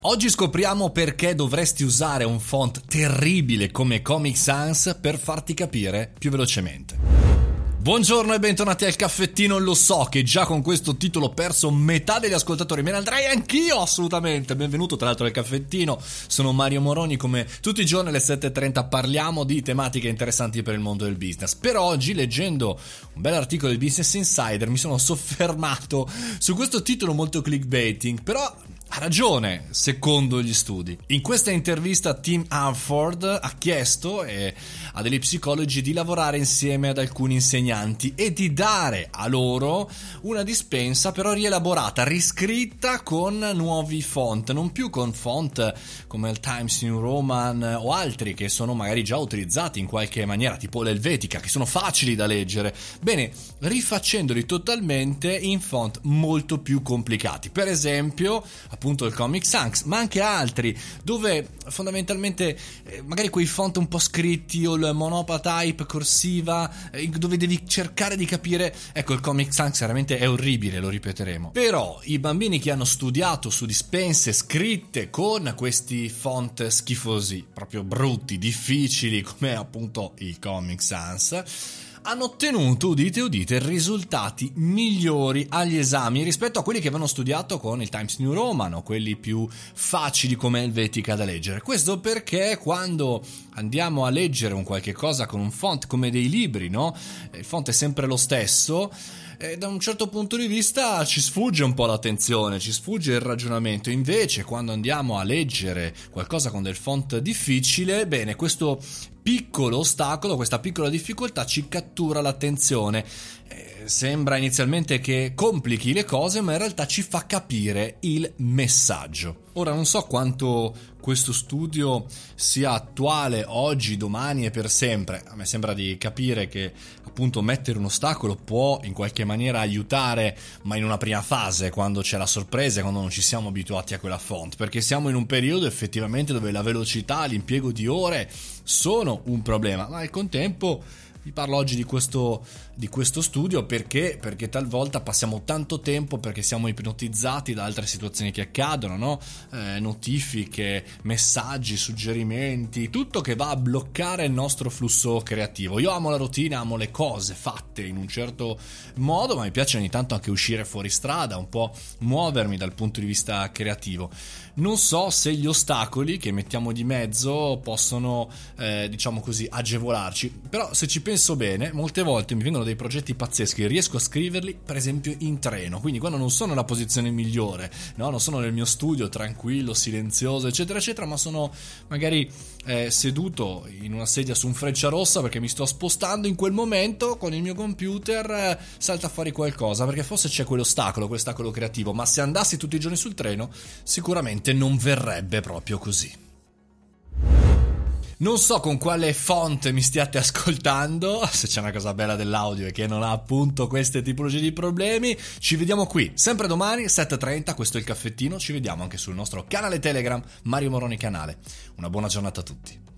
Oggi scopriamo perché dovresti usare un font terribile come Comic Sans per farti capire più velocemente. Buongiorno e bentornati al caffettino. Lo so che già con questo titolo ho perso metà degli ascoltatori, me ne andrei anch'io assolutamente. Benvenuto tra l'altro al caffettino, sono Mario Moroni, come tutti i giorni alle 7:30 parliamo di tematiche interessanti per il mondo del business. Per oggi, leggendo un bel articolo del Business Insider, mi sono soffermato su questo titolo molto clickbaiting, però ha ragione, secondo gli studi. In questa intervista Tim Harford ha chiesto a degli psicologi di lavorare insieme ad alcuni insegnanti e di dare a loro una dispensa però rielaborata, riscritta con nuovi font, non più con font come il Times New Roman o altri che sono magari già utilizzati in qualche maniera, tipo l'Helvetica, che sono facili da leggere. Bene, rifacendoli totalmente in font molto più complicati. Per esempio, appunto il Comic Sans, ma anche altri, dove fondamentalmente magari quei font un po' scritti o il Monopa Type corsiva, dove devi cercare di capire. Ecco, il Comic Sans veramente è orribile, lo ripeteremo. Però i bambini che hanno studiato su dispense scritte con questi font schifosi, proprio brutti, difficili, come appunto il Comic Sans, hanno ottenuto, udite, risultati migliori agli esami rispetto a quelli che avevano studiato con il Times New Roman o quelli più facili come Helvetica da leggere. Questo perché quando andiamo a leggere un qualche cosa con un font come dei libri, no? Il font è sempre lo stesso. Da un certo punto di vista ci sfugge un po' l'attenzione, ci sfugge il ragionamento. Invece quando andiamo a leggere qualcosa con del font difficile, bene, questo piccolo ostacolo, questa piccola difficoltà ci cattura l'attenzione. Sembra inizialmente che complichi le cose, ma in realtà ci fa capire il messaggio. Ora, non so quanto questo studio sia attuale oggi, domani e per sempre. A me sembra di capire che appunto mettere un ostacolo può in qualche maniera aiutare, ma in una prima fase, quando c'è la sorpresa, quando non ci siamo abituati a quella font, perché siamo in un periodo effettivamente dove la velocità, l'impiego di ore sono un problema, ma al contempo vi parlo oggi di questo studio perché talvolta passiamo tanto tempo, perché siamo ipnotizzati da altre situazioni che accadono, no? Notifiche, messaggi, suggerimenti, tutto che va a bloccare il nostro flusso creativo. Io amo la routine, amo le cose fatte in un certo modo, ma mi piace ogni tanto anche uscire fuori strada, un po' muovermi dal punto di vista creativo. Non so se gli ostacoli che mettiamo di mezzo possono, diciamo così, agevolarci, però se ci penso bene, molte volte mi vengono dei progetti pazzeschi, riesco a scriverli per esempio in treno, quindi quando non sono nella posizione migliore, no? Non sono nel mio studio tranquillo, silenzioso, eccetera eccetera, ma sono magari seduto in una sedia su un Frecciarossa perché mi sto spostando, in quel momento con il mio computer salta fuori qualcosa, perché forse c'è quell'ostacolo creativo, ma se andassi tutti i giorni sul treno sicuramente non verrebbe proprio così. Non so con quale font mi stiate ascoltando, se c'è una cosa bella dell'audio e che non ha appunto queste tipologie di problemi. Ci vediamo qui, sempre domani, 7:30, questo è il caffettino, ci vediamo anche sul nostro canale Telegram, Mario Moroni Canale. Una buona giornata a tutti.